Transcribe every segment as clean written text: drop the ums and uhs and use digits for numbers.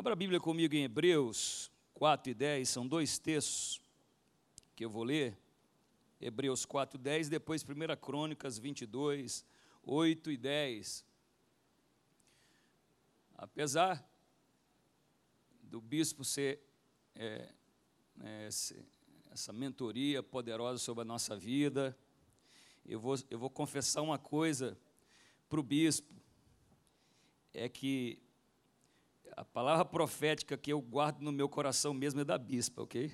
Abra a Bíblia comigo em Hebreus 4 e 10, são dois textos que eu vou ler. Hebreus 4, 10, depois 1 Crônicas 22, 8 e 10. Apesar do bispo ser essa mentoria poderosa sobre a nossa vida, eu vou confessar uma coisa para o bispo, é que a palavra profética que eu guardo no meu coração mesmo é da bispa, ok?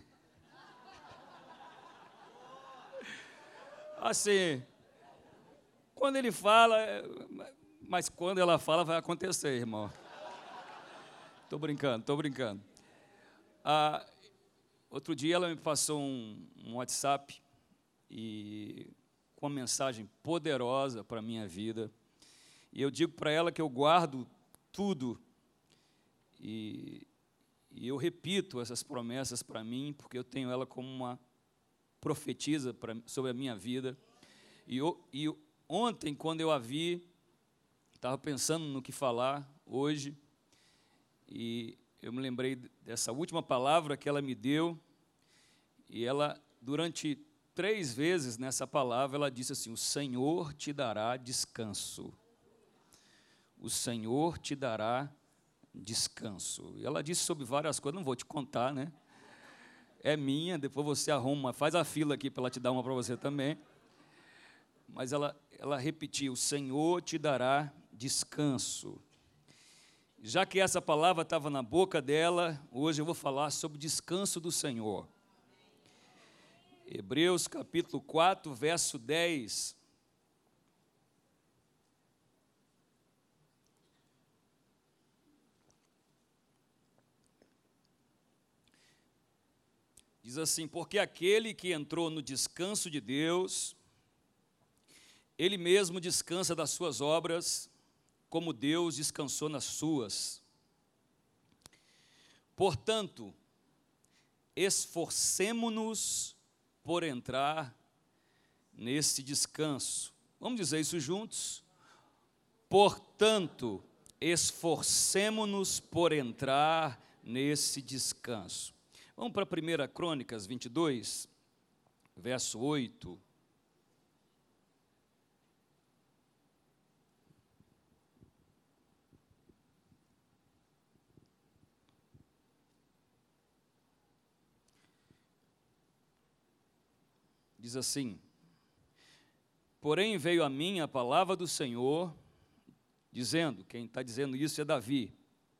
Assim, quando ele fala, mas quando ela fala vai acontecer, irmão. Estou brincando. Outro dia ela me passou um WhatsApp com uma mensagem poderosa para a minha vida. E eu digo para ela que eu guardo tudo. E eu repito essas promessas para mim, porque eu tenho ela como uma profetisa sobre a minha vida. E ontem, quando eu a vi, estava pensando no que falar hoje, e eu me lembrei dessa última palavra que ela me deu, e ela, durante 3 vezes nessa palavra, ela disse assim: o Senhor te dará descanso. O Senhor te dará descanso. E ela disse sobre várias coisas, não vou te contar, né? É minha, depois você arruma, faz a fila aqui para ela te dar uma para você também. Mas ela repetiu: o Senhor te dará descanso. Já que essa palavra estava na boca dela, hoje eu vou falar sobre o descanso do Senhor. Hebreus capítulo 4, verso 10. Diz assim: porque aquele que entrou no descanso de Deus, ele mesmo descansa das suas obras, como Deus descansou nas suas. Portanto, esforcemo-nos por entrar nesse descanso. Vamos dizer isso juntos? Portanto, esforcemo-nos por entrar nesse descanso. Vamos para 1 Crônicas 22, verso 8. Diz assim: porém veio a mim a palavra do Senhor, dizendo, quem está dizendo isso é Davi: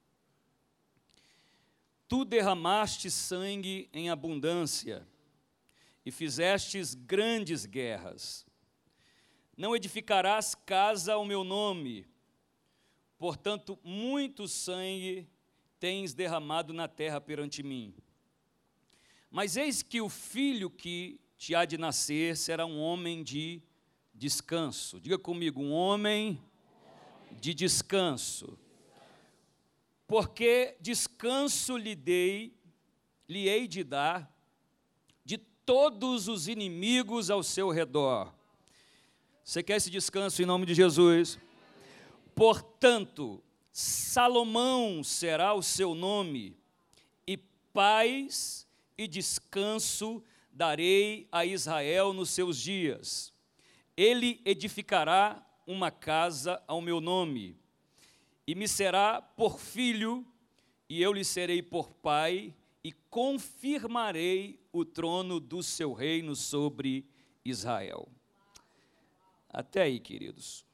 tu derramaste sangue em abundância e fizestes grandes guerras. Não edificarás casa ao meu nome, portanto, muito sangue tens derramado na terra perante mim. Mas eis que o filho que te há de nascer será um homem de descanso. Diga comigo: um homem de descanso. Porque descanso lhe hei de dar de todos os inimigos ao seu redor. Você quer esse descanso em nome de Jesus? Portanto, Salomão será o seu nome, e paz e descanso darei a Israel nos seus dias. Ele edificará uma casa ao meu nome, e me será por filho, e eu lhe serei por pai, e confirmarei o trono do seu reino sobre Israel. Até aí, queridos.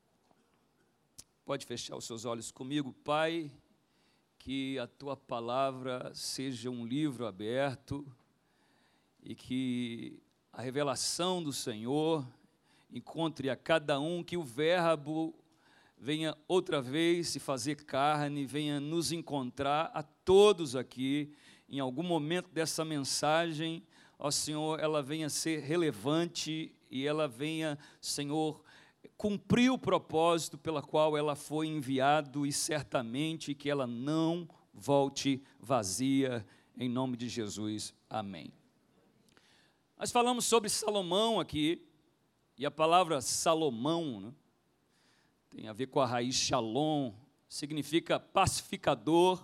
Pode fechar os seus olhos comigo. Pai, que a tua palavra seja um livro aberto, e que a revelação do Senhor encontre a cada um, que o verbo venha outra vez se fazer carne, venha nos encontrar a todos aqui, em algum momento dessa mensagem, ó Senhor, ela venha ser relevante e ela venha, Senhor, cumprir o propósito pela qual ela foi enviada, e certamente que ela não volte vazia, em nome de Jesus, amém. Nós falamos sobre Salomão aqui, e a palavra Salomão, né, tem a ver com a raiz shalom, significa pacificador,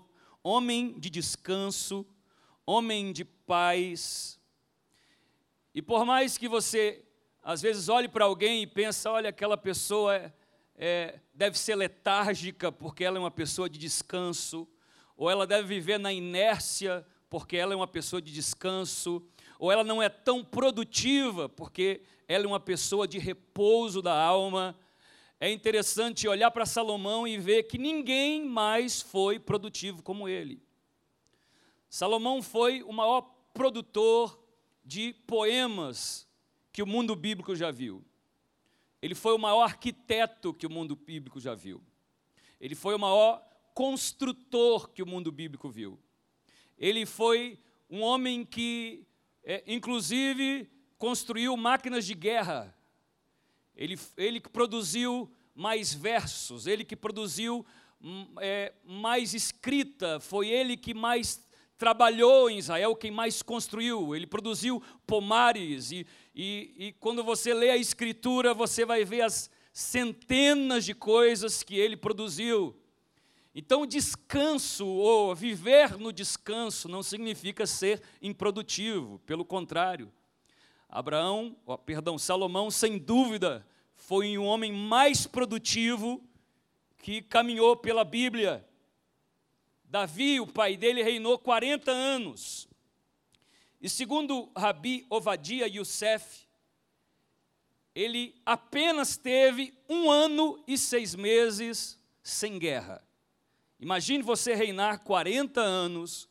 homem de descanso, homem de paz. E por mais que você, às vezes, olhe para alguém e pense, olha, aquela pessoa deve ser letárgica porque ela é uma pessoa de descanso, ou ela deve viver na inércia porque ela é uma pessoa de descanso, ou ela não é tão produtiva porque ela é uma pessoa de repouso da alma. É interessante olhar para Salomão e ver que ninguém mais foi produtivo como ele. Salomão foi o maior produtor de poemas que o mundo bíblico já viu. Ele foi o maior arquiteto que o mundo bíblico já viu. Ele foi o maior construtor que o mundo bíblico viu. Ele foi um homem que, inclusive, construiu máquinas de guerra. Ele que produziu mais versos, ele que produziu mais escrita, foi ele que mais trabalhou em Israel, quem mais construiu. Ele produziu pomares, e quando você lê a Escritura, você vai ver as centenas de coisas que ele produziu. Então, descanso, ou viver no descanso, não significa ser improdutivo, pelo contrário. Salomão, sem dúvida, foi um homem mais produtivo que caminhou pela Bíblia. Davi, o pai dele, reinou 40 anos. E segundo Rabi Ovadia Youssef, ele apenas teve 1 ano e 6 meses sem guerra. Imagine você reinar 40 anos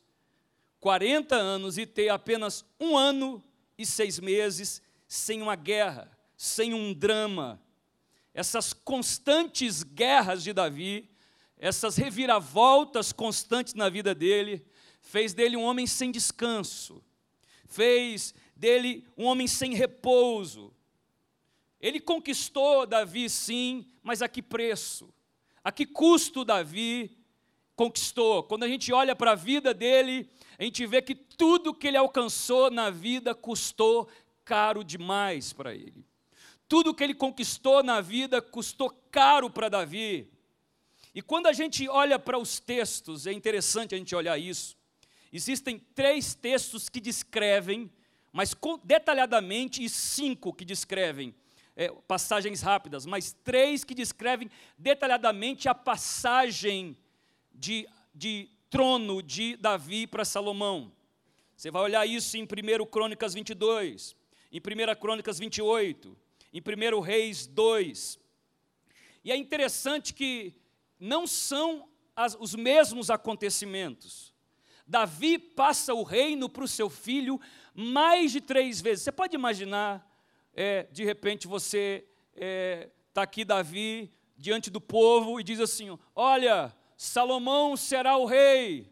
e ter apenas 1 ano e 6 meses sem uma guerra, sem um drama. Essas constantes guerras de Davi, essas reviravoltas constantes na vida dele, fez dele um homem sem descanso, fez dele um homem sem repouso. Ele conquistou Davi, sim, mas a que preço? A que custo Davi conquistou? Quando a gente olha para a vida dele, a gente vê que tudo que ele alcançou na vida custou caro demais para ele. Tudo que ele conquistou na vida custou caro para Davi. E quando a gente olha para os textos, é interessante a gente olhar isso, existem 3 textos que descrevem, mas detalhadamente, e 5 que descrevem, passagens rápidas, mas 3 que descrevem detalhadamente a passagem de trono de Davi para Salomão. Você vai olhar isso em 1 Crônicas 22, em 1 Crônicas 28, em 1 Reis 2. E é interessante que não são os mesmos acontecimentos. Davi passa o reino para o seu filho mais de 3 vezes. Você pode imaginar, de repente você está aqui, Davi, diante do povo e diz assim, olha, Salomão será o rei.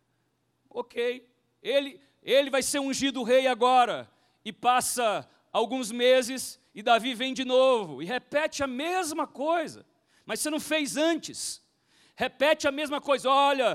Ok, ele vai ser ungido rei agora. E passa alguns meses e Davi vem de novo e repete a mesma coisa. Mas você não fez antes. Repete a mesma coisa, olha,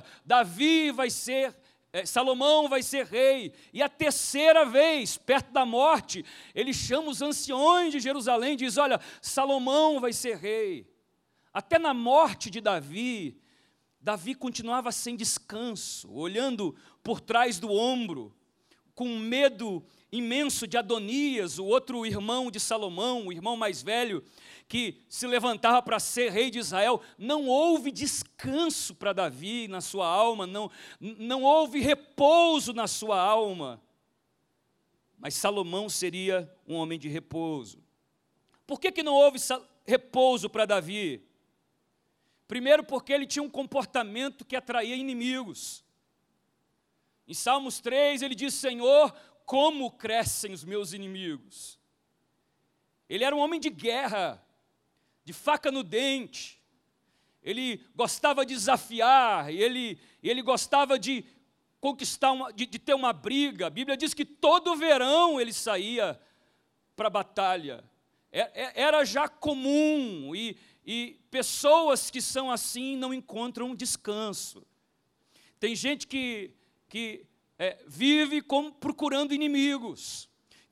Salomão vai ser rei. E a 3ª vez, perto da morte, ele chama os anciões de Jerusalém e diz, olha, Salomão vai ser rei. Até na morte de Davi continuava sem descanso, olhando por trás do ombro, com medo imenso de Adonias, o outro irmão de Salomão, o irmão mais velho, que se levantava para ser rei de Israel. Não houve descanso para Davi na sua alma, não houve repouso na sua alma. Mas Salomão seria um homem de repouso. Por que não houve repouso para Davi? Primeiro, porque ele tinha um comportamento que atraía inimigos. Em Salmos 3, ele diz, Senhor, como crescem os meus inimigos. Ele era um homem de guerra, de faca no dente. Ele gostava de desafiar, ele gostava de conquistar, de ter uma briga. A Bíblia diz que todo verão ele saía para a batalha. Era já comum, e pessoas que são assim não encontram descanso. Tem gente que vive procurando inimigos,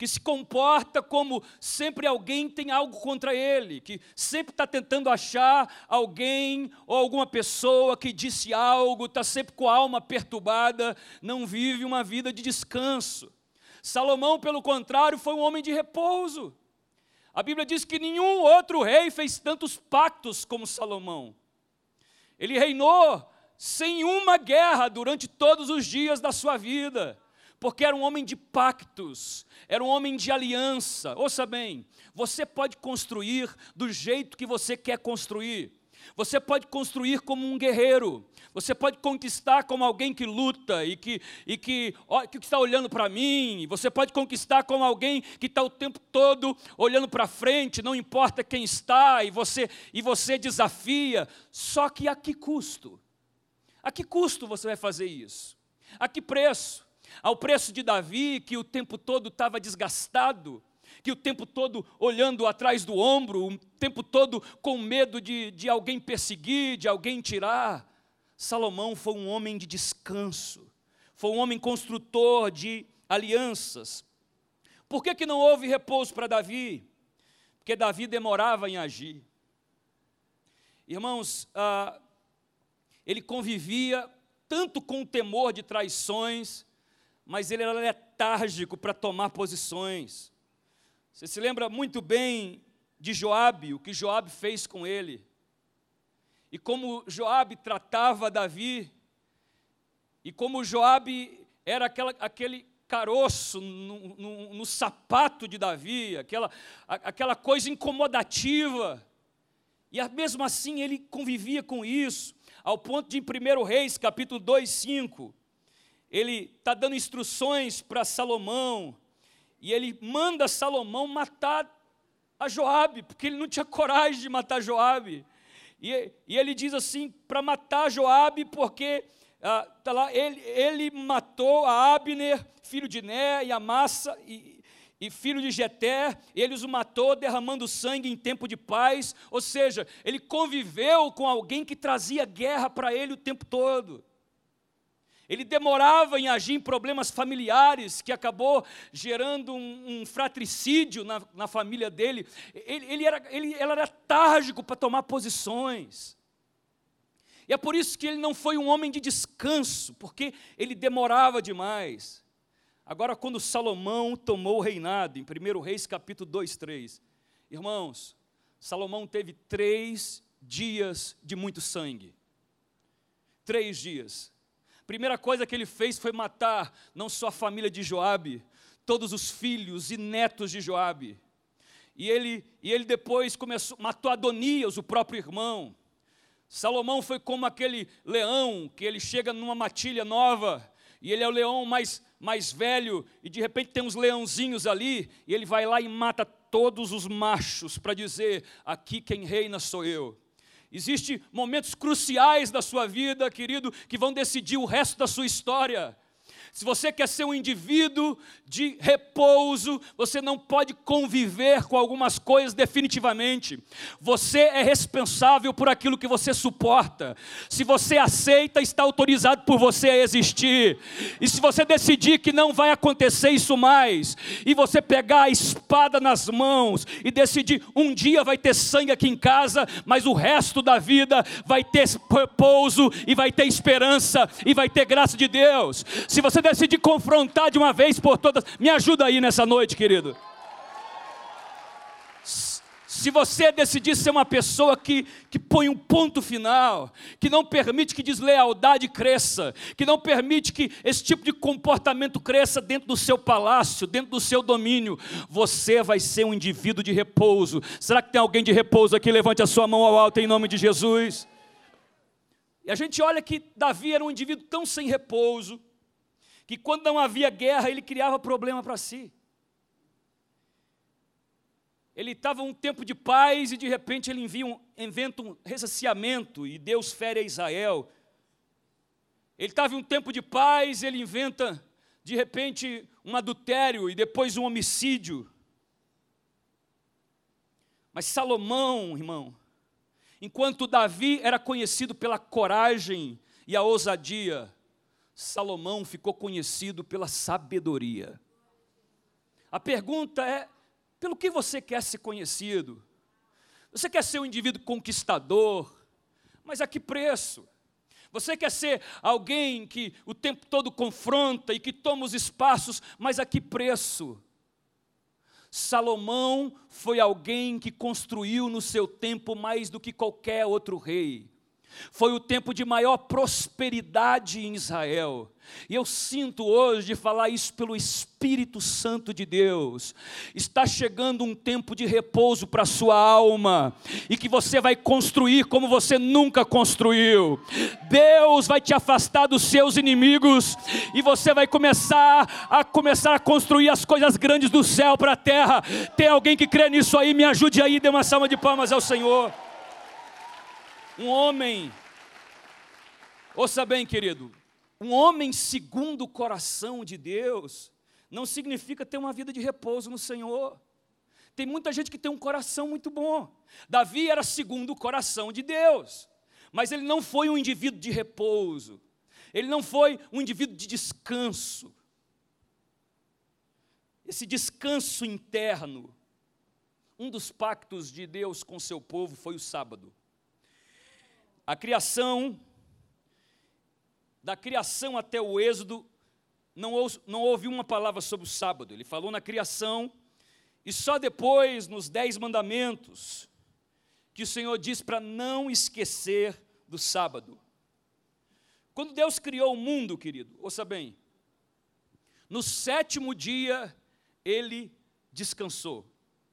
que se comporta como sempre alguém tem algo contra ele, que sempre está tentando achar alguém ou alguma pessoa que disse algo, está sempre com a alma perturbada, não vive uma vida de descanso. Salomão, pelo contrário, foi um homem de repouso. A Bíblia diz que nenhum outro rei fez tantos pactos como Salomão. Ele reinou sem uma guerra durante todos os dias da sua vida, porque era um homem de pactos, era um homem de aliança. Ouça bem, você pode construir do jeito que você quer construir. Você pode construir como um guerreiro, você pode conquistar como alguém que luta e que está olhando para mim, você pode conquistar como alguém que está o tempo todo olhando para frente, não importa quem está, e você desafia, só que a que custo? A que custo você vai fazer isso? A que preço? Ao preço de Davi, que o tempo todo estava desgastado, que o tempo todo olhando atrás do ombro, o tempo todo com medo de alguém perseguir, de alguém tirar. Salomão foi um homem de descanso, foi um homem construtor de alianças. Por que não houve repouso para Davi? Porque Davi demorava em agir. Irmãos, ele convivia tanto com o temor de traições, mas ele era letárgico para tomar posições. Você se lembra muito bem de Joabe, o que Joabe fez com ele, e como Joabe tratava Davi, e como Joabe era aquele caroço no sapato de Davi, aquela coisa incomodativa, e mesmo assim ele convivia com isso, ao ponto de em 1 Reis, capítulo 2, 5, ele está dando instruções para Salomão, e ele manda Salomão matar a Joabe, porque ele não tinha coragem de matar Joabe. E ele diz assim, para matar Joabe, porque tá lá, ele matou a Abner, filho de Ner, e Amassa, e filho de Jeter, ele os matou derramando sangue em tempo de paz, ou seja, ele conviveu com alguém que trazia guerra para ele o tempo todo. Ele demorava em agir em problemas familiares, que acabou gerando um fratricídio na família dele. Ele era letárgico para tomar posições. E é por isso que ele não foi um homem de descanso, porque ele demorava demais. Agora, quando Salomão tomou o reinado, em 1 Reis capítulo 2, 3, irmãos, Salomão teve 3 dias de muito sangue. 3 dias. Primeira coisa que ele fez foi matar não só a família de Joabe, todos os filhos e netos de Joabe. E ele depois matou Adonias, o próprio irmão. Salomão foi como aquele leão que ele chega numa matilha nova, e ele é o leão mais velho, e de repente tem uns leãozinhos ali, e ele vai lá e mata todos os machos, para dizer, aqui quem reina sou eu. Existem momentos cruciais da sua vida, querido, que vão decidir o resto da sua história. Se você quer ser um indivíduo de repouso, você não pode conviver com algumas coisas definitivamente. Você é responsável por aquilo que você suporta. Se você aceita, está autorizado por você a existir. E se você decidir que não vai acontecer isso mais, e você pegar a espada nas mãos e decidir, um dia vai ter sangue aqui em casa, mas o resto da vida vai ter repouso, e vai ter esperança, e vai ter graça de Deus. Se você decidir confrontar de uma vez por todas, me ajuda aí nessa noite, querido. Se você decidir ser uma pessoa que põe um ponto final, que não permite que deslealdade cresça, que não permite que esse tipo de comportamento cresça dentro do seu palácio, dentro do seu domínio, você vai ser um indivíduo de repouso. Será que tem alguém de repouso aqui? Levante a sua mão ao alto em nome de Jesus. E a gente olha que Davi era um indivíduo tão sem repouso, que quando não havia guerra, ele criava problema para si. Ele estava um tempo de paz e de repente ele inventa um ressaciamento e Deus fere a Israel. Ele estava em um tempo de paz, ele inventa de repente um adultério e depois um homicídio. Mas Salomão, irmão, enquanto Davi era conhecido pela coragem e a ousadia, Salomão ficou conhecido pela sabedoria. A pergunta é, pelo que você quer ser conhecido? Você quer ser um indivíduo conquistador, mas a que preço? Você quer ser alguém que o tempo todo confronta e que toma os espaços, mas a que preço? Salomão foi alguém que construiu no seu tempo mais do que qualquer outro rei. Foi o tempo de maior prosperidade em Israel. E eu sinto hoje de falar isso pelo Espírito Santo de Deus. Está chegando um tempo de repouso para a sua alma, e que você vai construir como você nunca construiu. Deus vai te afastar dos seus inimigos, e você vai começar a construir as coisas grandes do céu para a terra. Tem alguém que crê nisso aí? Me ajude aí, dê uma salva de palmas ao Senhor. Um homem, ouça bem, querido, um homem segundo o coração de Deus não significa ter uma vida de repouso no Senhor. Tem muita gente que tem um coração muito bom. Davi era segundo o coração de Deus, mas ele não foi um indivíduo de repouso, ele não foi um indivíduo de descanso. Esse descanso interno, um dos pactos de Deus com seu povo foi o sábado. A criação, da criação até o Êxodo, não houve uma palavra sobre o sábado. Ele falou na criação, e só depois, nos 10 mandamentos, que o Senhor diz para não esquecer do sábado. Quando Deus criou o mundo, querido, ouça bem, no 7º dia, Ele descansou.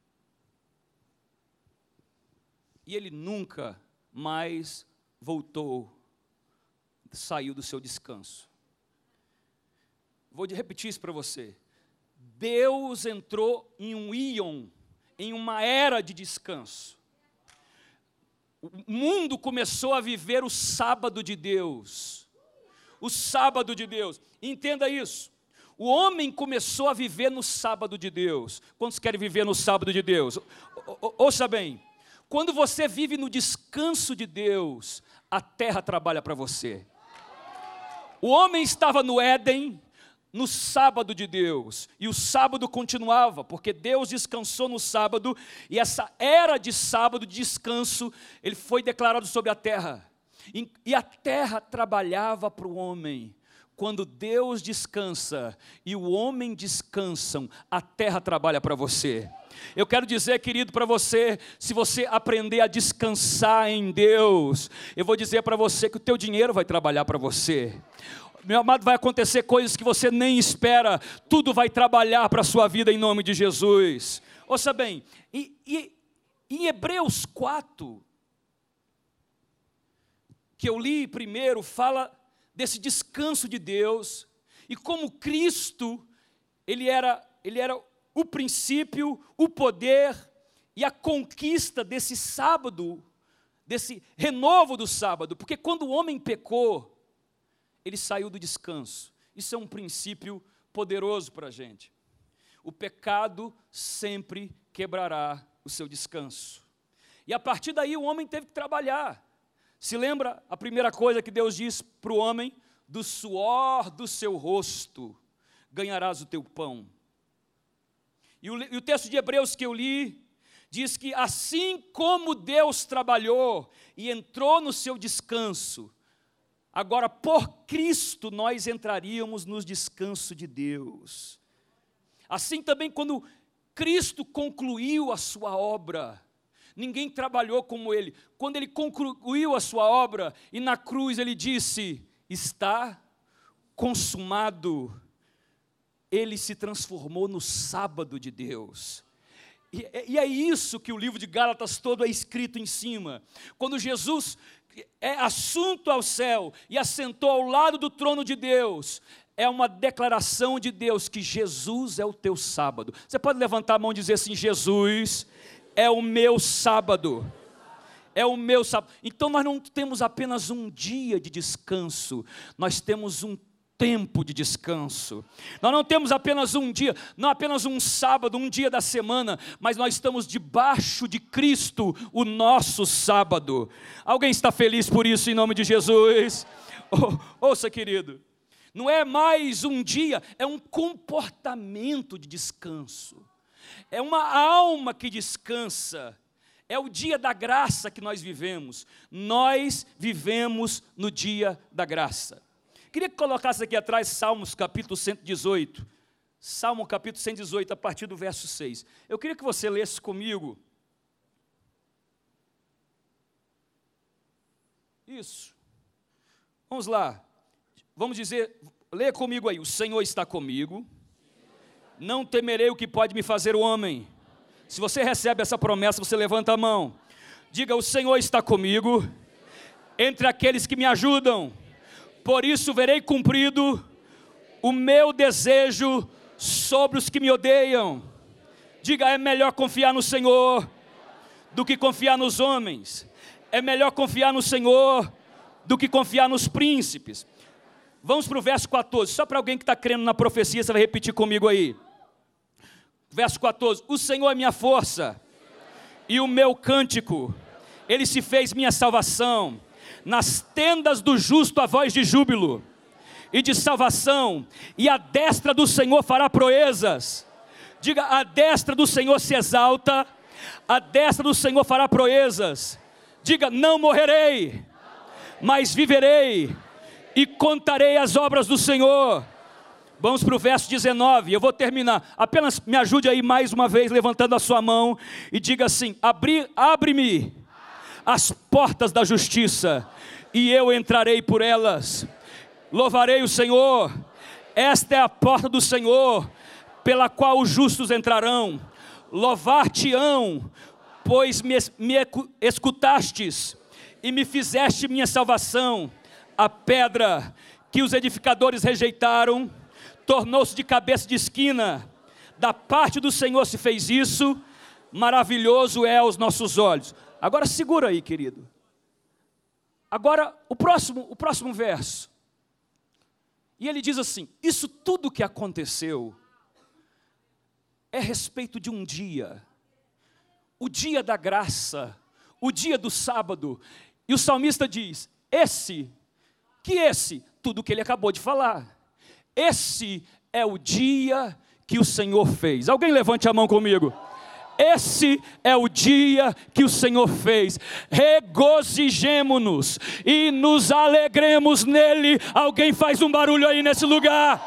E Ele nunca mais voltou, saiu do seu descanso. Vou repetir isso para você. Deus entrou em um íon, em uma era de descanso. O mundo começou a viver o sábado de Deus. O sábado de Deus. Entenda isso. O homem começou a viver no sábado de Deus. Quantos querem viver no sábado de Deus? Ouça bem. Quando você vive no descanso de Deus, a terra trabalha para você. O homem estava no Éden, no sábado de Deus, e o sábado continuava, porque Deus descansou no sábado, e essa era de sábado, de descanso, ele foi declarado sobre a terra. E a terra trabalhava para o homem. Quando Deus descansa e o homem descansam, a terra trabalha para você. Eu quero dizer, querido, para você, se você aprender a descansar em Deus, eu vou dizer para você que o teu dinheiro vai trabalhar para você. Meu amado, vai acontecer coisas que você nem espera, tudo vai trabalhar para a sua vida em nome de Jesus. Ouça bem, em Hebreus 4, que eu li primeiro, fala desse descanso de Deus, e como Cristo, ele era o princípio, o poder e a conquista desse sábado, desse renovo do sábado, porque quando o homem pecou, ele saiu do descanso. Isso é um princípio poderoso para a gente. O pecado sempre quebrará o seu descanso. E a partir daí o homem teve que trabalhar. Se lembra a primeira coisa que Deus diz para o homem? Do suor do seu rosto ganharás o teu pão. E o texto de Hebreus que eu li, diz que assim como Deus trabalhou e entrou no seu descanso, agora por Cristo nós entraríamos no descanso de Deus. Assim também quando Cristo concluiu a sua obra, ninguém trabalhou como Ele. Quando Ele concluiu a sua obra e na cruz Ele disse, está consumado, Ele se transformou no sábado de Deus. E é isso que o livro de Gálatas todo é escrito em cima. Quando Jesus é assunto ao céu e assentou ao lado do trono de Deus, é uma declaração de Deus que Jesus é o teu sábado. Você pode levantar a mão e dizer assim, Jesus é o meu sábado. É o meu sábado. Então nós não temos apenas um dia de descanso, nós temos um tempo de descanso. Nós não temos apenas um dia, não apenas um sábado, um dia da semana, mas nós estamos debaixo de Cristo, o nosso sábado. Alguém está feliz por isso em nome de Jesus? Ouça, querido, Não é mais um dia, é um comportamento de descanso. É uma alma que descansa. É o dia da graça que nós vivemos. Nós vivemos no dia da graça. Queria que colocasse aqui atrás Salmos capítulo 118. Salmo capítulo 118, a partir do verso 6. Eu queria que você lesse comigo. Isso. Vamos lá. Vamos dizer, leia comigo aí. O Senhor está comigo. Não temerei o que pode me fazer o homem. Se você recebe essa promessa, você levanta a mão. Diga, o Senhor está comigo, entre aqueles que me ajudam. Por isso verei cumprido o meu desejo sobre os que me odeiam. Diga, é melhor confiar no Senhor do que confiar nos homens. É melhor confiar no Senhor do que confiar nos príncipes. Vamos para o verso 14, só para alguém que está crendo na profecia, você vai repetir comigo aí. Verso 14, o Senhor é minha força e o meu cântico, Ele se fez minha salvação. Nas tendas do justo a voz de júbilo e de salvação, e a destra do Senhor fará proezas. Diga, a destra do Senhor se exalta, a destra do Senhor fará proezas. Diga, não morrerei, mas viverei e contarei as obras do Senhor. Vamos para o verso 19, eu vou terminar. Apenas me ajude aí mais uma vez, levantando a sua mão, e diga assim, abre-me as portas da justiça, e eu entrarei por elas. Louvarei o Senhor, esta é a porta do Senhor, pela qual os justos entrarão. Louvar-te-ão, pois me escutastes, e me fizeste minha salvação. A pedra que os edificadores rejeitaram, tornou-se de cabeça de esquina. Da parte do Senhor se fez isso, maravilhoso é aos nossos olhos. Agora segura aí, querido. Agora o próximo verso. E ele diz assim, isso tudo que aconteceu é a respeito de um dia. O dia da graça, o dia do sábado. E o salmista diz, tudo que ele acabou de falar. Esse é o dia que o Senhor fez. Alguém levante a mão comigo. Esse é o dia que o Senhor fez. Regozijemo-nos e nos alegremos nele. Alguém faz um barulho aí nesse lugar.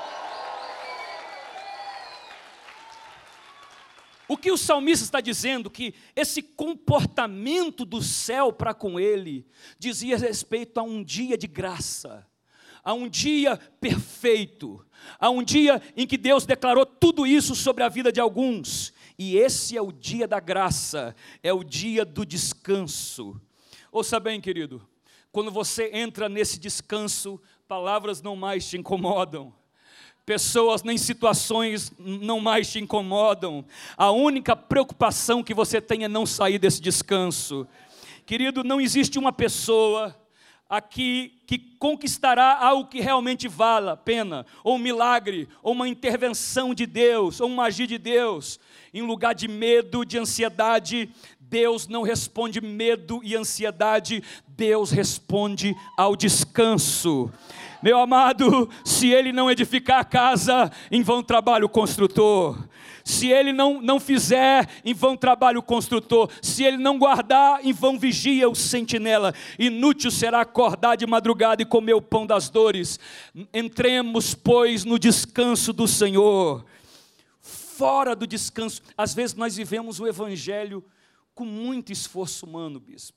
O que o salmista está dizendo? Que esse comportamento do céu para com ele dizia respeito a um dia de graça, a um dia perfeito, a um dia em que Deus declarou tudo isso sobre a vida de alguns. E esse é o dia da graça, é o dia do descanso. Ouça bem, querido, quando você entra nesse descanso, palavras não mais te incomodam. Pessoas nem situações não mais te incomodam. A única preocupação que você tem é não sair desse descanso. Querido, não existe uma pessoa aqui que conquistará algo que realmente vale a pena, ou um milagre, ou uma intervenção de Deus, ou um agir de Deus, em lugar de medo, de ansiedade. Deus não responde medo e ansiedade, Deus responde ao descanso. Meu amado, se ele não edificar a casa, em vão trabalha o construtor. Se ele não fizer, em vão trabalha o construtor. Se ele não guardar, em vão vigia o sentinela. Inútil será acordar de madrugada e comer o pão das dores. Entremos, pois, no descanso do Senhor. Fora do descanso, às vezes nós vivemos o evangelho com muito esforço humano, bispo.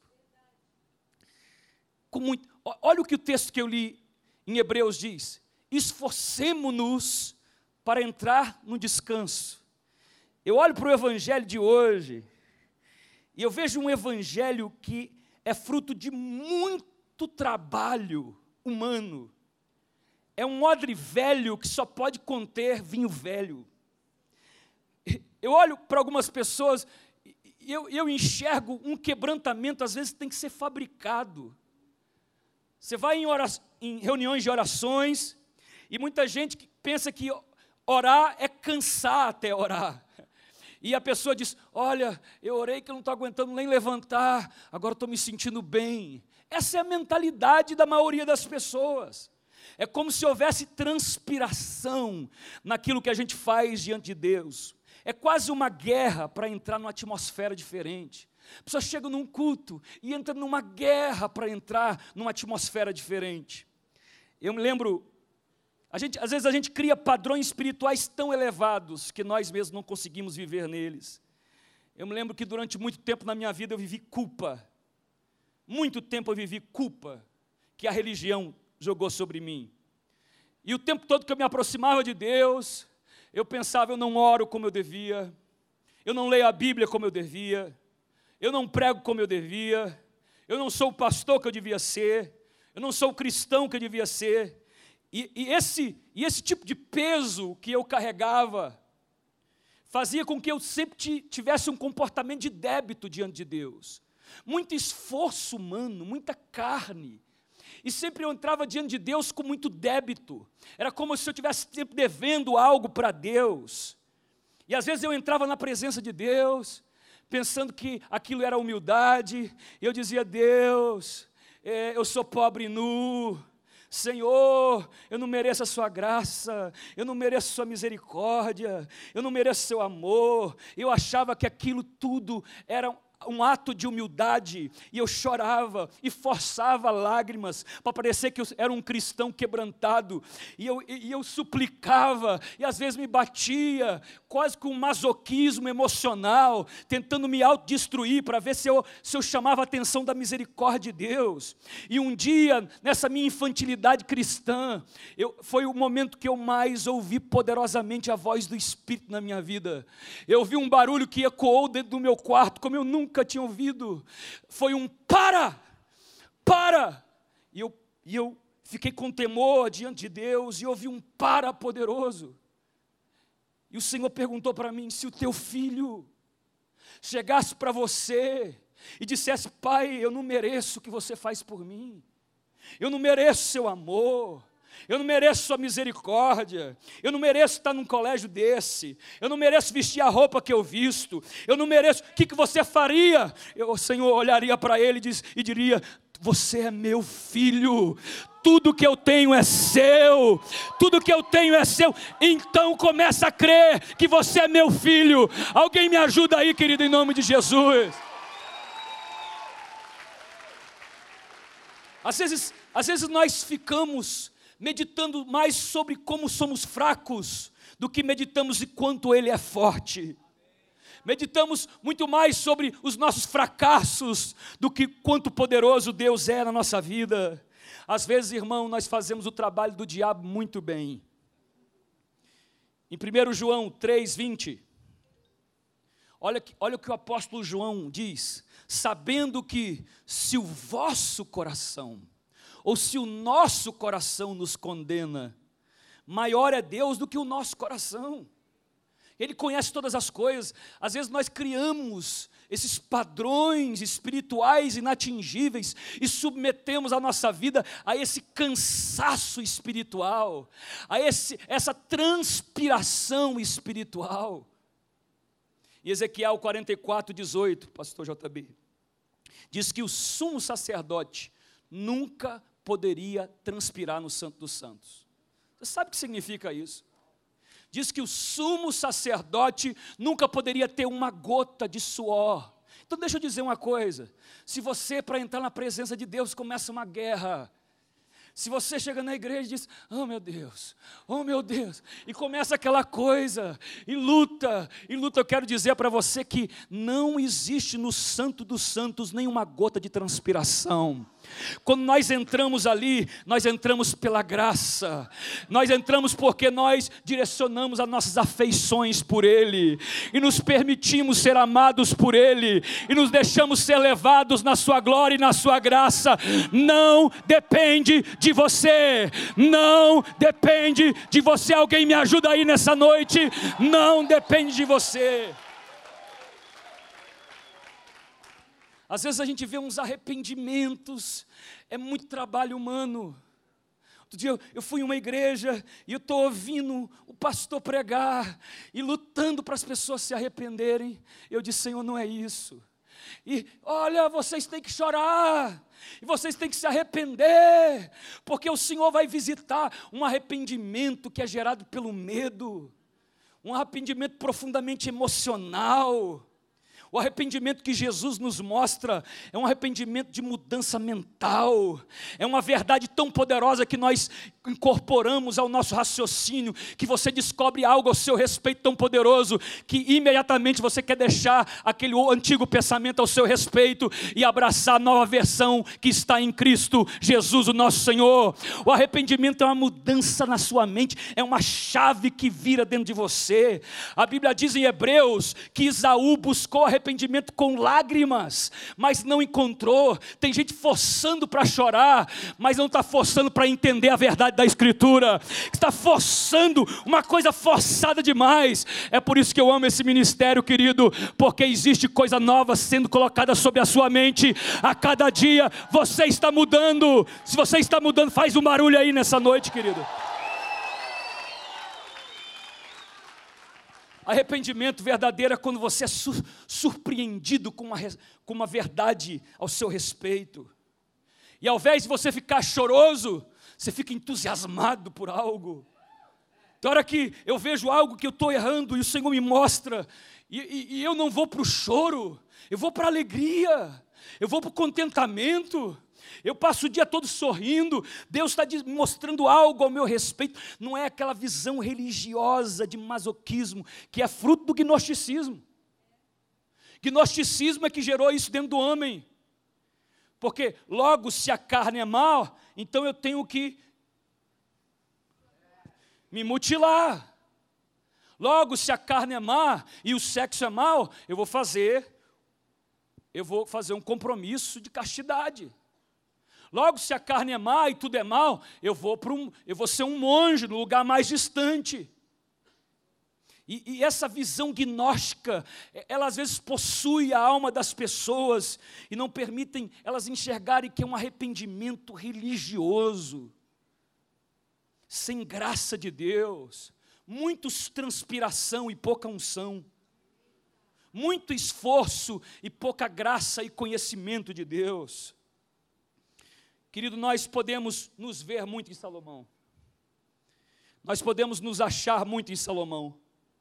Olha o que o texto que eu li em Hebreus diz: esforcemo-nos para entrar no descanso. Eu olho para o evangelho de hoje e eu vejo um evangelho que é fruto de muito trabalho humano. É um odre velho que só pode conter vinho velho. Eu olho para algumas pessoas e eu enxergo um quebrantamento, às vezes tem que ser fabricado. Você vai em reuniões de orações e muita gente pensa que orar é cansar até orar. E a pessoa diz, olha, eu orei que eu não estou aguentando nem levantar, agora estou me sentindo bem. Essa é a mentalidade da maioria das pessoas. É como se houvesse transpiração naquilo que a gente faz diante de Deus. É quase uma guerra para entrar numa atmosfera diferente. A pessoa chega num culto e entra numa guerra para entrar numa atmosfera diferente. Eu me lembro, às vezes a gente cria padrões espirituais tão elevados que nós mesmos não conseguimos viver neles. Eu me lembro que durante muito tempo na minha vida eu vivi culpa. Muito tempo eu vivi culpa que a religião jogou sobre mim. E o tempo todo que eu me aproximava de Deus, eu pensava, eu não oro como eu devia, eu não leio a Bíblia como eu devia, eu não prego como eu devia, eu não sou o pastor que eu devia ser, eu não sou o cristão que eu devia ser. E esse tipo de peso que eu carregava fazia com que eu sempre tivesse um comportamento de débito diante de Deus. Muito esforço humano, muita carne. E sempre eu entrava diante de Deus com muito débito. Era como se eu estivesse sempre devendo algo para Deus. E às vezes eu entrava na presença de Deus, pensando que aquilo era humildade. E eu dizia, Deus, eu sou pobre e nu. Senhor, eu não mereço a sua graça, eu não mereço a sua misericórdia, eu não mereço o seu amor. Eu achava que aquilo tudo era um ato de humildade, e eu chorava e forçava lágrimas para parecer que eu era um cristão quebrantado, e eu suplicava, e às vezes me batia, quase com um masoquismo emocional, tentando me autodestruir para ver se eu chamava a atenção da misericórdia de Deus. E um dia, nessa minha infantilidade cristã, foi o momento que eu mais ouvi poderosamente a voz do Espírito na minha vida. Eu ouvi um barulho que ecoou dentro do meu quarto, como eu nunca tinha ouvido. Foi um para! E eu fiquei com temor diante de Deus, e ouvi um para poderoso. E o Senhor perguntou para mim, se o teu filho chegasse para você e dissesse, pai, eu não mereço o que você faz por mim, eu não mereço seu amor, eu não mereço sua misericórdia, eu não mereço estar num colégio desse, eu não mereço vestir a roupa que eu visto, eu não mereço, o que você faria? O Senhor olharia para ele e diria, você é meu filho, tudo que eu tenho é seu, tudo que eu tenho é seu, então começa a crer que você é meu filho. Alguém me ajuda aí, querido, em nome de Jesus. Às vezes nós ficamos meditando mais sobre como somos fracos do que meditamos em quanto Ele é forte. Meditamos muito mais sobre os nossos fracassos do que quanto poderoso Deus é na nossa vida. Às vezes, irmão, nós fazemos o trabalho do diabo muito bem. Em 1 João 3:20, olha o que o apóstolo João diz, sabendo que se o vosso coração, ou se o nosso coração nos condena, maior é Deus do que o nosso coração. Ele conhece todas as coisas. Às vezes nós criamos esses padrões espirituais inatingíveis e submetemos a nossa vida a esse cansaço espiritual, a essa transpiração espiritual. E Ezequiel 44:18, pastor JB, diz que o sumo sacerdote nunca poderia transpirar no Santo dos Santos. Você sabe o que significa isso? Diz que o sumo sacerdote nunca poderia ter uma gota de suor. Então deixa eu dizer uma coisa, se você para entrar na presença de Deus começa uma guerra, se você chega na igreja e diz, oh meu Deus, e começa aquela coisa, e luta, eu quero dizer para você que não existe no Santo dos Santos nenhuma gota de transpiração. Quando nós entramos ali, nós entramos pela graça, nós entramos porque nós direcionamos as nossas afeições por Ele, e nos permitimos ser amados por Ele, e nos deixamos ser levados na sua glória e na sua graça. Não depende de você, não depende de você. Alguém me ajuda aí nessa noite? Não depende de você. Às vezes a gente vê uns arrependimentos, é muito trabalho humano. Outro dia eu fui em uma igreja e eu estou ouvindo o pastor pregar e lutando para as pessoas se arrependerem. Eu disse, Senhor, não é isso. E olha, vocês têm que chorar, e vocês têm que se arrepender, porque o Senhor vai visitar um arrependimento que é gerado pelo medo, um arrependimento profundamente emocional. O arrependimento que Jesus nos mostra é um arrependimento de mudança mental, é uma verdade tão poderosa que nós incorporamos ao nosso raciocínio, que você descobre algo ao seu respeito tão poderoso, que imediatamente você quer deixar aquele antigo pensamento ao seu respeito e abraçar a nova versão que está em Cristo Jesus, o nosso Senhor. O arrependimento é uma mudança na sua mente, é uma chave que vira dentro de você. A Bíblia diz em Hebreus que Esaú buscou arrependimento com lágrimas, mas não encontrou. Tem gente forçando para chorar, mas não está forçando para entender a verdade da Escritura, está forçando uma coisa forçada demais. É por isso que eu amo esse ministério, querido, porque existe coisa nova sendo colocada sobre a sua mente a cada dia. Você está mudando. Se você está mudando, faz um barulho aí nessa noite, querido. Arrependimento verdadeiro é quando você é surpreendido com uma verdade ao seu respeito. E ao invés de você ficar choroso, você fica entusiasmado por algo. Da hora que eu vejo algo que eu estou errando e o Senhor me mostra, e eu não vou para o choro, eu vou para a alegria, eu vou para o contentamento. Eu passo o dia todo sorrindo. Deus está mostrando algo ao meu respeito. Não é aquela visão religiosa de masoquismo, que é fruto do gnosticismo. Gnosticismo é que gerou isso dentro do homem. Porque logo, se a carne é mal, então eu tenho que me mutilar. Logo, se a carne é má e o sexo é mal, eu vou fazer um compromisso de castidade. Logo, se a carne é má e tudo é mal, eu vou ser um monge no lugar mais distante. E essa visão gnóstica, ela às vezes possui a alma das pessoas e não permitem elas enxergarem que é um arrependimento religioso, sem graça de Deus, muito transpiração e pouca unção, muito esforço e pouca graça e conhecimento de Deus. Querido, nós podemos nos ver muito em Salomão. Nós podemos nos achar muito em Salomão.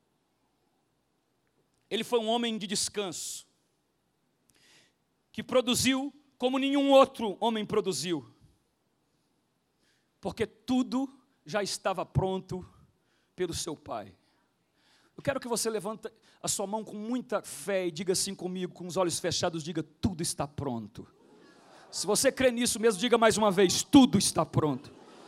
Ele foi um homem de descanso, que produziu como nenhum outro homem produziu, porque tudo já estava pronto pelo seu pai. Eu quero que você levante a sua mão com muita fé e diga assim comigo, com os olhos fechados, diga: tudo está pronto. Se você crê nisso mesmo, diga mais uma vez: tudo está pronto.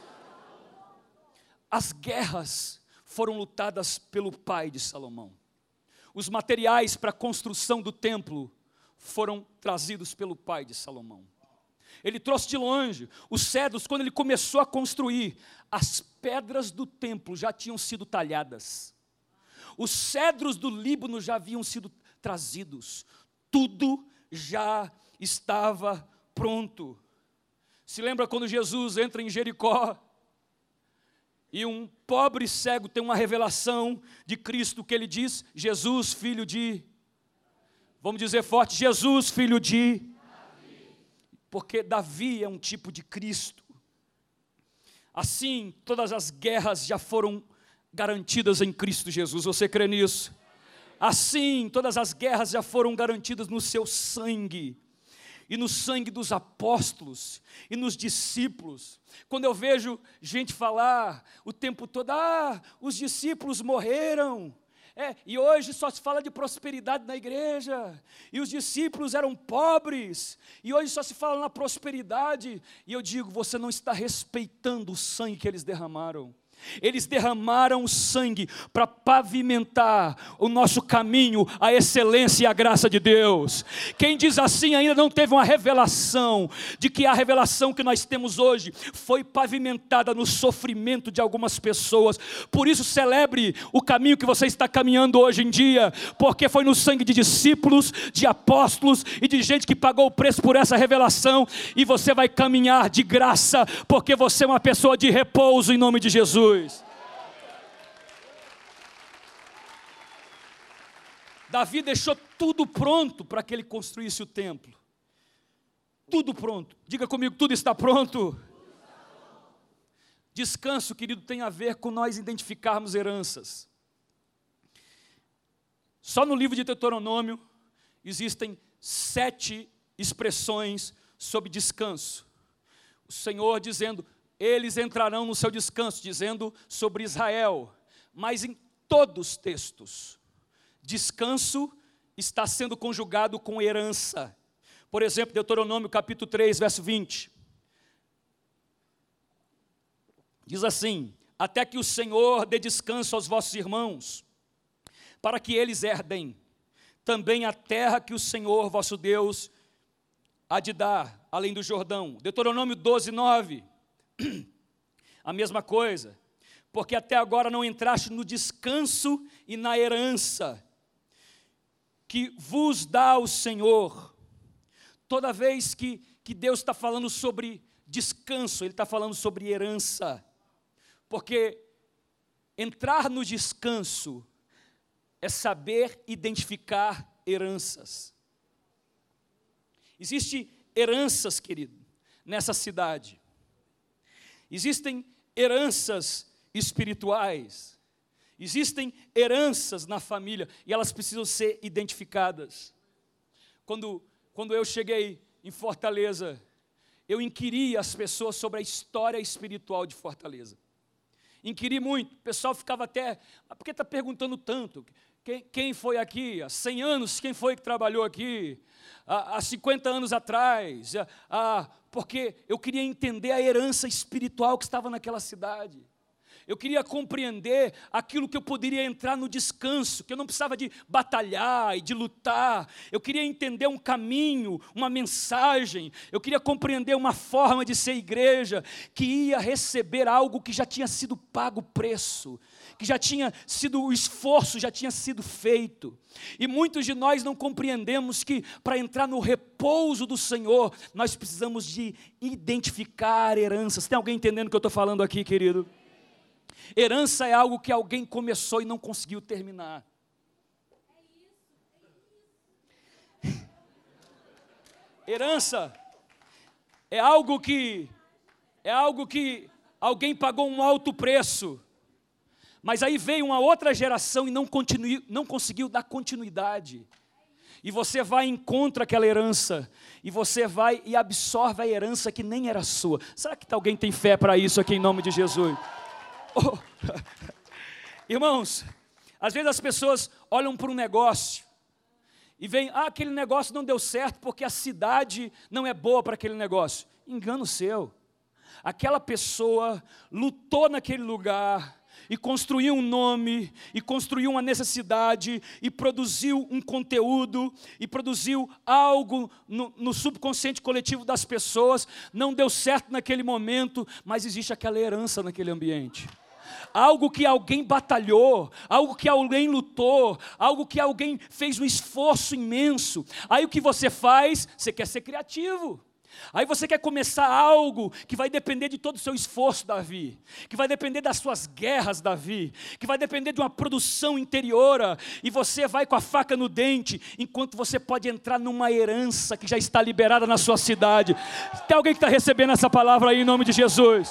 As guerras foram lutadas pelo pai de Salomão. Os materiais para a construção do templo foram trazidos pelo pai de Salomão. Ele trouxe de longe os cedros. Quando ele começou a construir, as pedras do templo já tinham sido talhadas. Os cedros do Líbano já haviam sido trazidos. Tudo já estava pronto. Se lembra quando Jesus entra em Jericó e um pobre cego tem uma revelação de Cristo, que ele diz: Jesus, filho de... Vamos dizer forte: Jesus, filho de... Davi. Porque Davi é um tipo de Cristo. Assim, todas as guerras já foram garantidas em Cristo Jesus. Você crê nisso? Assim, todas as guerras já foram garantidas no seu sangue, e no sangue dos apóstolos, e nos discípulos. Quando eu vejo gente falar o tempo todo: os discípulos morreram, e hoje só se fala de prosperidade na igreja, e os discípulos eram pobres, e hoje só se fala na prosperidade, e eu digo: você não está respeitando o sangue que eles derramaram. Eles derramaram o sangue para pavimentar o nosso caminho, a excelência e a graça de Deus. Quem diz assim ainda não teve uma revelação de que a revelação que nós temos hoje foi pavimentada no sofrimento de algumas pessoas. Por isso, celebre o caminho que você está caminhando hoje em dia, porque foi no sangue de discípulos, de apóstolos e de gente que pagou o preço por essa revelação, e você vai caminhar de graça, porque você é uma pessoa de repouso em nome de Jesus. Davi deixou tudo pronto para que ele construísse o templo. Tudo pronto. Diga comigo, tudo está pronto. Descanso, querido, tem a ver com nós identificarmos heranças. Só no livro de Deuteronômio existem 7 expressões sobre descanso. O Senhor dizendo, eles entrarão no seu descanso, dizendo sobre Israel. Mas em todos os textos, descanso está sendo conjugado com herança. Por exemplo, Deuteronômio capítulo 3, verso 20. Diz assim, até que o Senhor dê descanso aos vossos irmãos, para que eles herdem também a terra que o Senhor vosso Deus há de dar, além do Jordão. Deuteronômio 12, 9. A mesma coisa. Porque até agora não entraste no descanso e na herança que vos dá o Senhor. Toda vez que Deus está falando sobre descanso, Ele está falando sobre herança. Porque entrar no descanso é saber identificar heranças. Existem heranças, querido, nessa cidade. Existem heranças espirituais. Existem heranças na família e elas precisam ser identificadas. Quando eu cheguei em Fortaleza, eu inquiri as pessoas sobre a história espiritual de Fortaleza. Inquiri muito, o pessoal ficava até, por que está perguntando tanto? Quem foi aqui há 100 anos, quem foi que trabalhou aqui? Há 50 anos atrás? Porque eu queria entender a herança espiritual que estava naquela cidade. Eu queria compreender aquilo que eu poderia entrar no descanso, que eu não precisava de batalhar e de lutar. Eu queria entender um caminho, uma mensagem. Eu queria compreender uma forma de ser igreja, que ia receber algo que já tinha sido pago o preço, que já tinha sido, o esforço já tinha sido feito. E muitos de nós não compreendemos que para entrar no repouso do Senhor, nós precisamos de identificar heranças. Tem alguém entendendo o que eu estou falando aqui, querido? Herança é algo que alguém começou e não conseguiu terminar. Herança é algo que alguém pagou um alto preço, mas aí veio uma outra geração e não conseguiu dar continuidade. E você vai e encontra aquela herança, e você vai e absorve a herança que nem era sua. Será que alguém tem fé para isso aqui em nome de Jesus? Oh. Irmãos, às vezes as pessoas olham para um negócio e veem, aquele negócio não deu certo porque a cidade não é boa para aquele negócio. Engano seu. Aquela pessoa lutou naquele lugar e construiu um nome, e construiu uma necessidade, e produziu um conteúdo, e produziu algo no subconsciente coletivo das pessoas. Não deu certo naquele momento, mas existe aquela herança naquele ambiente. Algo que alguém batalhou, algo que alguém lutou, algo que alguém fez um esforço imenso. Aí o que você faz? Você quer ser criativo. Aí você quer começar algo que vai depender de todo o seu esforço, Davi, que vai depender das suas guerras, Davi, que vai depender de uma produção interior, e você vai com a faca no dente, enquanto você pode entrar numa herança que já está liberada na sua cidade. Tem alguém que está recebendo essa palavra aí em nome de Jesus?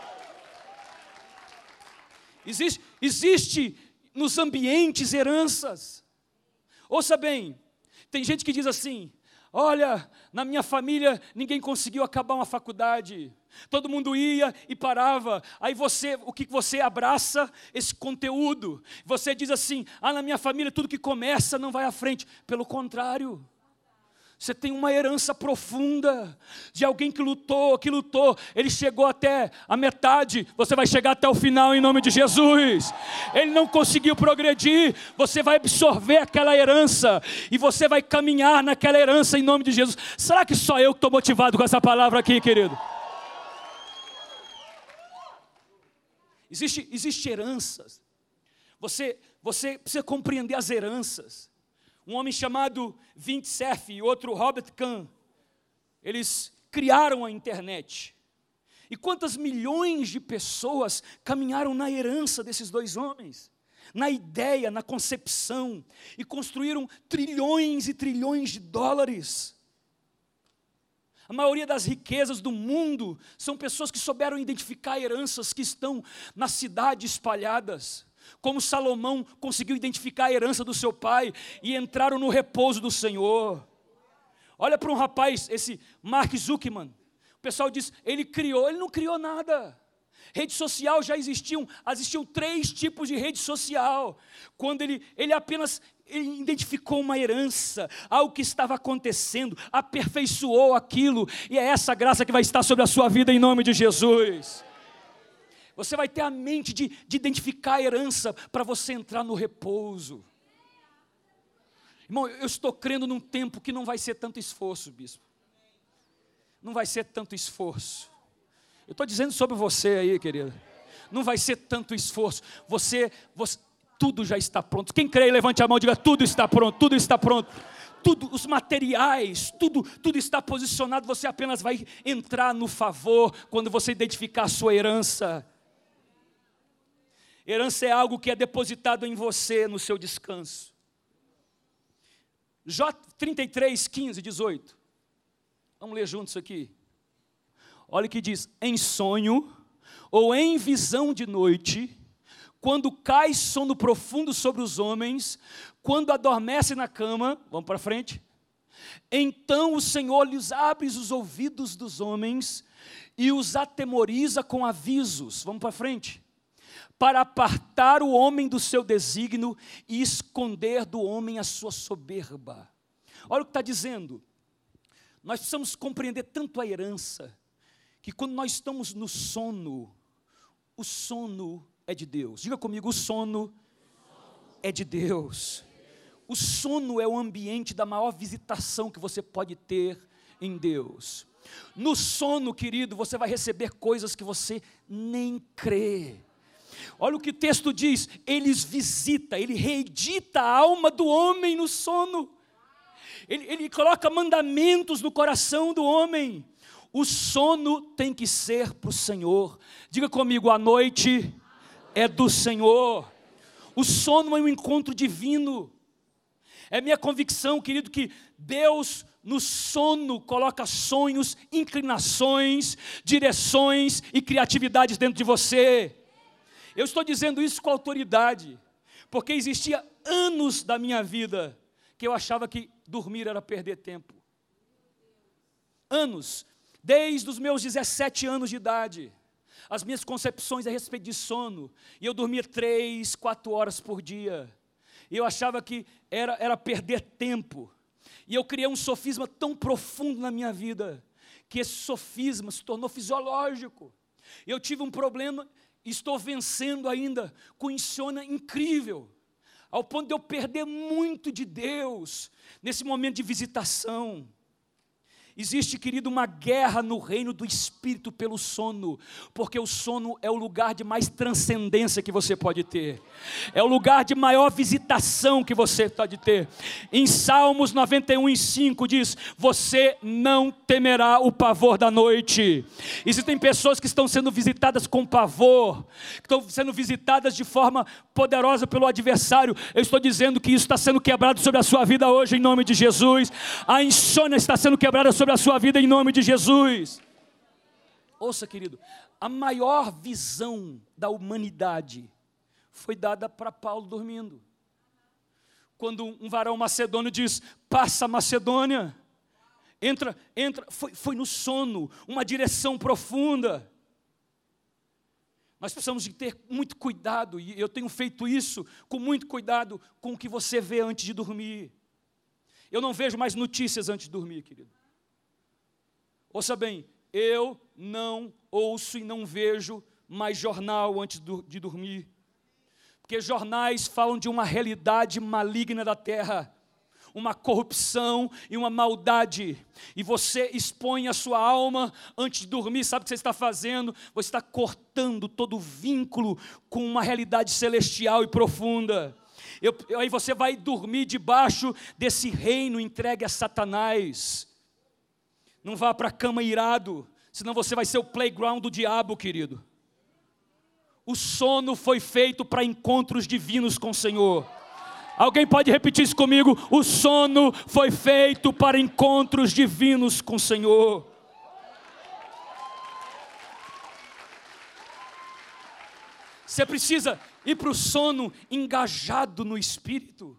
Existe nos ambientes heranças. Ouça bem, tem gente que diz assim, olha, na minha família ninguém conseguiu acabar uma faculdade, todo mundo ia e parava. Aí o que você abraça? Esse conteúdo. Você diz assim, na minha família tudo que começa não vai à frente. Pelo contrário, você tem uma herança profunda de alguém que lutou, ele chegou até a metade, você vai chegar até o final em nome de Jesus. Ele não conseguiu progredir, você vai absorver aquela herança e você vai caminhar naquela herança em nome de Jesus. Será que só eu que estou motivado com essa palavra aqui, querido? Existe heranças. Você precisa compreender as heranças. Um homem chamado Vint Cerf e outro Robert Kahn, eles criaram a internet. E quantas milhões de pessoas caminharam na herança desses dois homens? na ideia, na concepção, e construíram trilhões e trilhões de dólares. A maioria das riquezas do mundo são pessoas que souberam identificar heranças que estão na cidade espalhadas, como Salomão conseguiu identificar a herança do seu pai e entraram no repouso do Senhor. Olha para um rapaz, esse Mark Zuckerman, o pessoal diz, ele não criou nada. Rede social já existiam 3 tipos de rede social, quando ele apenas identificou uma herança, algo que estava acontecendo, aperfeiçoou aquilo, e é essa graça que vai estar sobre a sua vida em nome de Jesus. Você vai ter a mente de identificar a herança, para você entrar no repouso. Irmão, eu estou crendo num tempo que não vai ser tanto esforço, bispo, não vai ser tanto esforço. Eu estou dizendo sobre você aí, querido. Não vai ser tanto esforço. Tudo já está pronto. Quem crê, levante a mão e diga, tudo está pronto, tudo está pronto. Tudo, os materiais, tudo está posicionado. Você apenas vai entrar no favor quando você identificar a sua herança. Herança é algo que é depositado em você, no seu descanso. Jó 33, 15, 18. Vamos ler juntos aqui. Olha o que diz, em sonho ou em visão de noite, quando cai sono profundo sobre os homens, quando adormece na cama, vamos para frente, então o Senhor lhes abre os ouvidos dos homens e os atemoriza com avisos, vamos para frente, para apartar o homem do seu desígnio e esconder do homem a sua soberba. Olha o que está dizendo, nós precisamos compreender tanto a herança, que quando nós estamos no sono, o sono é de Deus. Diga comigo, o sono é de Deus. O sono é o ambiente da maior visitação que você pode ter em Deus. No sono, querido, você vai receber coisas que você nem crê. Olha o que o texto diz, ele reedita a alma do homem no sono. Ele coloca mandamentos no coração do homem. O sono tem que ser para o Senhor. Diga comigo, a noite é do Senhor. O sono é um encontro divino. É minha convicção, querido, que Deus no sono coloca sonhos, inclinações, direções e criatividades dentro de você. Eu estou dizendo isso com autoridade, porque existia anos da minha vida que eu achava que dormir era perder tempo. Anos. Desde os meus 17 anos de idade, as minhas concepções a respeito de sono, e eu dormia 3, 4 horas por dia, e eu achava que era perder tempo, e eu criei um sofisma tão profundo na minha vida, que esse sofisma se tornou fisiológico. Eu tive um problema, estou vencendo ainda, com insônia incrível, ao ponto de eu perder muito de Deus, nesse momento de visitação. Existe, querido, uma guerra no reino do Espírito pelo sono, porque o sono é o lugar de mais transcendência que você pode ter, é o lugar de maior visitação que você pode ter. Em Salmos 91:5 diz, você não temerá o pavor da noite. Existem pessoas que estão sendo visitadas com pavor, que estão sendo visitadas de forma poderosa pelo adversário. Eu estou dizendo que isso está sendo quebrado sobre a sua vida hoje, em nome de Jesus. A insônia está sendo quebrada sobre a sua vida em nome de Jesus. Ouça, querido, a maior visão da humanidade foi dada para Paulo dormindo. Quando um varão macedônio diz, passa a Macedônia, entra, foi no sono, uma direção profunda. Nós precisamos de ter muito cuidado, e eu tenho feito isso com muito cuidado com o que você vê antes de dormir. Eu não vejo mais notícias antes de dormir, querido. Ouça bem, eu não ouço e não vejo mais jornal antes de dormir, porque jornais falam de uma realidade maligna da terra, uma corrupção e uma maldade, e você expõe a sua alma antes de dormir. Sabe o que você está fazendo? Você está cortando todo o vínculo com uma realidade celestial e profunda. Aí você vai dormir debaixo desse reino entregue a Satanás. Não vá para a cama irado, senão você vai ser o playground do diabo, querido. O sono foi feito para encontros divinos com o Senhor. Alguém pode repetir isso comigo? O sono foi feito para encontros divinos com o Senhor. Você precisa ir para o sono engajado no Espírito.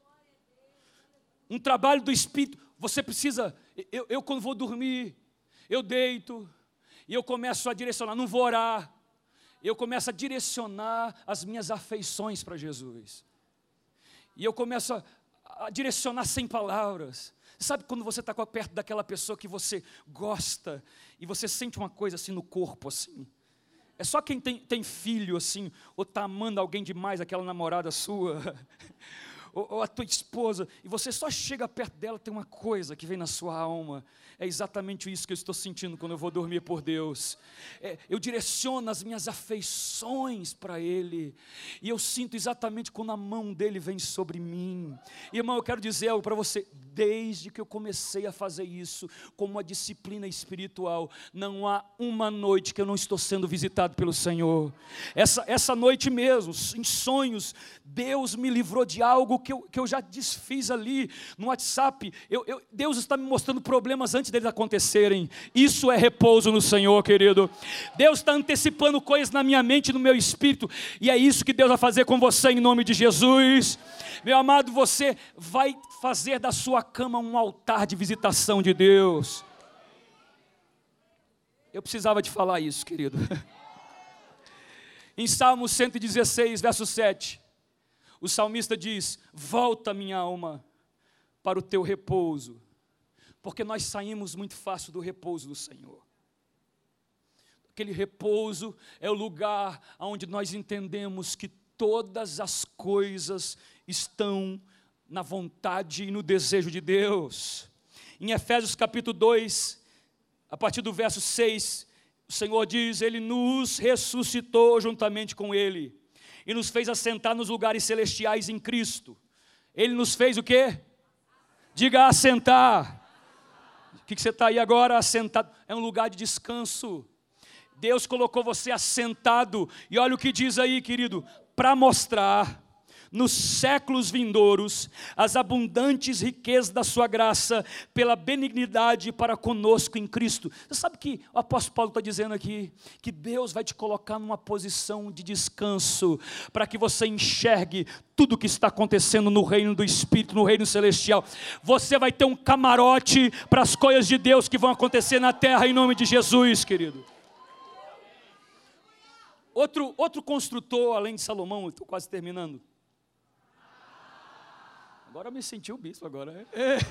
Um trabalho do Espírito. Você precisa, eu quando vou dormir, eu deito e eu começo a direcionar, não vou orar. Eu começo a direcionar as minhas afeições para Jesus. E eu começo a direcionar sem palavras. Sabe quando você está perto daquela pessoa que você gosta e você sente uma coisa assim no corpo, assim? É só quem tem filho, assim, ou está amando alguém demais, aquela namorada sua, ou a tua esposa, e você só chega perto dela, tem uma coisa que vem na sua alma. É exatamente isso que eu estou sentindo quando eu vou dormir por Deus. Eu direciono as minhas afeições para Ele, e eu sinto exatamente quando a mão dEle vem sobre mim. Irmão, eu quero dizer algo para você, desde que eu comecei a fazer isso, como uma disciplina espiritual, não há uma noite que eu não estou sendo visitado pelo Senhor. Essa noite mesmo, em sonhos, Deus me livrou de algo que eu já desfiz ali no WhatsApp. Deus está me mostrando problemas antes deles acontecerem. Isso é repouso no Senhor, querido. Deus está antecipando coisas na minha mente e no meu espírito, e é isso que Deus vai fazer com você em nome de Jesus. Meu amado, você vai fazer da sua cama um altar de visitação de Deus. Eu precisava te falar isso, querido. Em Salmo 116, verso 7, o salmista diz: volta minha alma para o teu repouso, porque nós saímos muito fácil do repouso do Senhor. Aquele repouso é o lugar onde nós entendemos que todas as coisas estão na vontade e no desejo de Deus. Em Efésios capítulo 2, a partir do verso 6, o Senhor diz: Ele nos ressuscitou juntamente com Ele e nos fez assentar nos lugares celestiais em Cristo. Ele nos fez o quê? Diga assentar. O que você está aí agora assentado? É um lugar de descanso. Deus colocou você assentado, e olha o que diz aí, querido, para mostrar nos séculos vindouros as abundantes riquezas da sua graça, pela benignidade para conosco em Cristo. Você sabe que o apóstolo Paulo está dizendo aqui, que Deus vai te colocar numa posição de descanso, para que você enxergue tudo o que está acontecendo no reino do Espírito, no reino celestial. Você vai ter um camarote para as coisas de Deus que vão acontecer na terra, em nome de Jesus, querido. Outro construtor, além de Salomão, estou quase terminando. Agora eu me senti o bispo agora.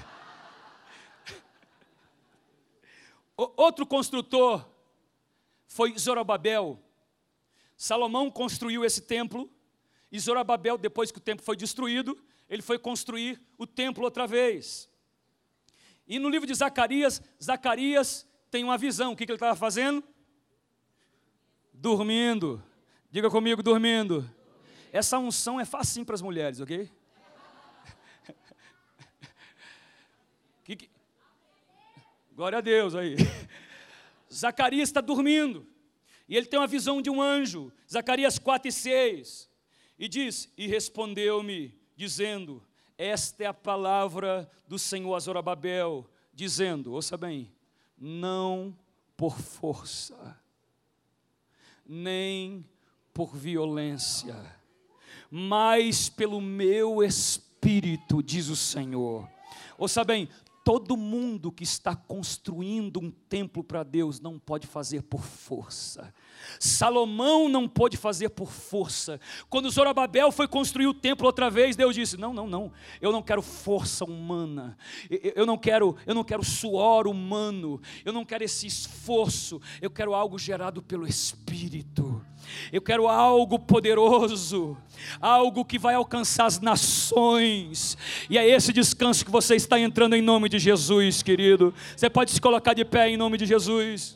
Outro construtor foi Zorobabel. Salomão construiu esse templo, e Zorobabel, depois que o templo foi destruído, ele foi construir o templo outra vez. E no livro de Zacarias, Zacarias tem uma visão. O que ele estava fazendo? Dormindo. Diga comigo, dormindo. Essa unção é facinho para as mulheres, ok? Glória a Deus aí. Zacarias está dormindo, e ele tem uma visão de um anjo, Zacarias 4:6, e diz: e respondeu-me, dizendo, esta é a palavra do Senhor a Zorobabel, dizendo, ouça bem, não por força, nem por violência, mas pelo meu Espírito, diz o Senhor. Ouça bem, todo mundo que está construindo um templo para Deus não pode fazer por força. Salomão não pôde fazer por força. Quando Zorobabel foi construir o templo outra vez, Deus disse: não, eu não quero força humana, eu não quero suor humano, eu não quero esse esforço, eu quero algo gerado pelo Espírito. Eu quero algo poderoso, algo que vai alcançar as nações, e é esse descanso que você está entrando em nome de Jesus, querido. Você pode se colocar de pé em nome de Jesus.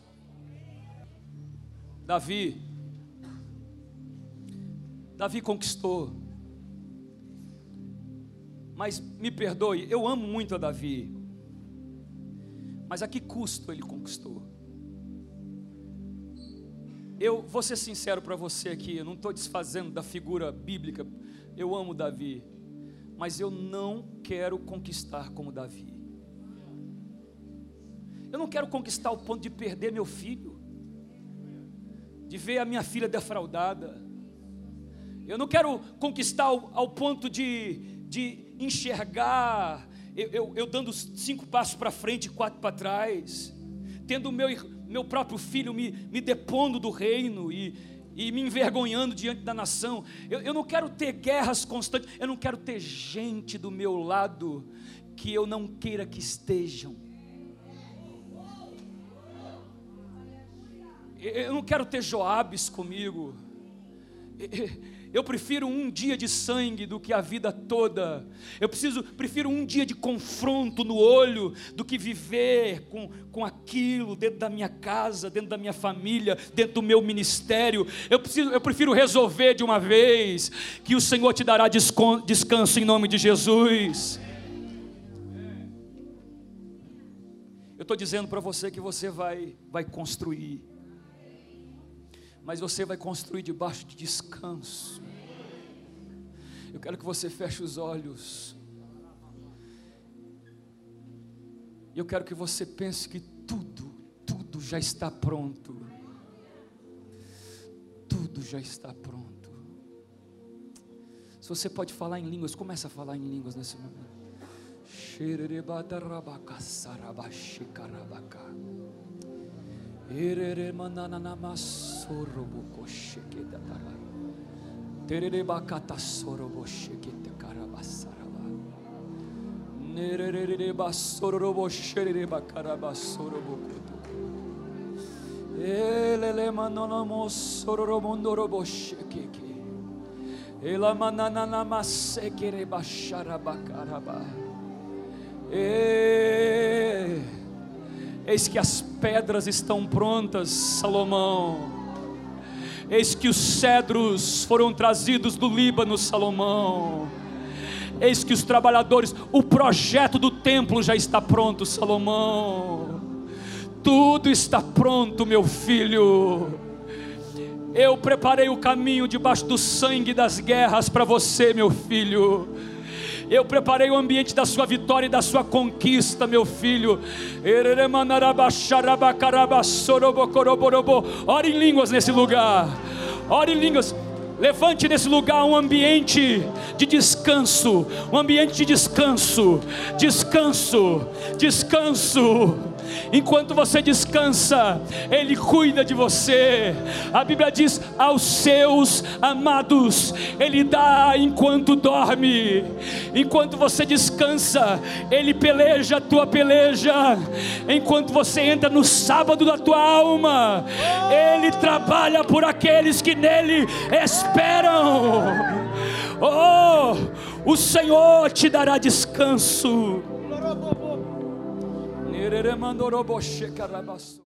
Davi conquistou, mas me perdoe, eu amo muito a Davi, mas a que custo ele conquistou? Eu vou ser sincero para você aqui, eu não estou desfazendo da figura bíblica, eu amo Davi, mas eu não quero conquistar como Davi. Eu não quero conquistar ao ponto de perder meu filho, de ver a minha filha defraudada. Eu não quero conquistar ao ponto de enxergar eu dando 5 passos para frente e 4 para trás, tendo o meu próprio filho me depondo do reino e me envergonhando diante da nação. Eu não quero ter guerras constantes, eu não quero ter gente do meu lado que eu não queira que estejam. Eu não quero ter Joabes comigo. Eu prefiro um dia de sangue do que a vida toda. Prefiro um dia de confronto no olho do que viver com aquilo dentro da minha casa, dentro da minha família, dentro do meu ministério. Eu prefiro resolver de uma vez, que o Senhor te dará descanso em nome de Jesus. Eu estou dizendo para você que você vai construir, mas você vai construir debaixo de descanso. Eu quero que você feche os olhos. Eu quero que você pense que tudo já está pronto. Tudo já está pronto. Se você pode falar em línguas, comece a falar em línguas nesse momento. Tererebakata sorobo shekete karabasaraba. Nerereba sororobo shereba karabasorobo kutu. Elele manonomo sororobo ndorobo shekeke. Ela mananana masekere basharaba karaba. Eis que as pedras estão prontas, Salomão. Eis que os cedros foram trazidos do Líbano, Salomão. Eis que os trabalhadores, o projeto do templo já está pronto, Salomão. Tudo está pronto, meu filho. Eu preparei o caminho debaixo do sangue das guerras para você, meu filho. Eu preparei o ambiente da sua vitória e da sua conquista, meu filho. Ore em línguas nesse lugar. Ore em línguas. Levante nesse lugar um ambiente de descanso. Um ambiente de descanso. Descanso. Descanso. Enquanto você descansa, Ele cuida de você. A Bíblia diz: aos seus amados Ele dá enquanto dorme. Enquanto você descansa, Ele peleja a tua peleja. Enquanto você entra no sábado da tua alma, Ele trabalha por aqueles que nele esperam. Oh, o Senhor te dará descanso.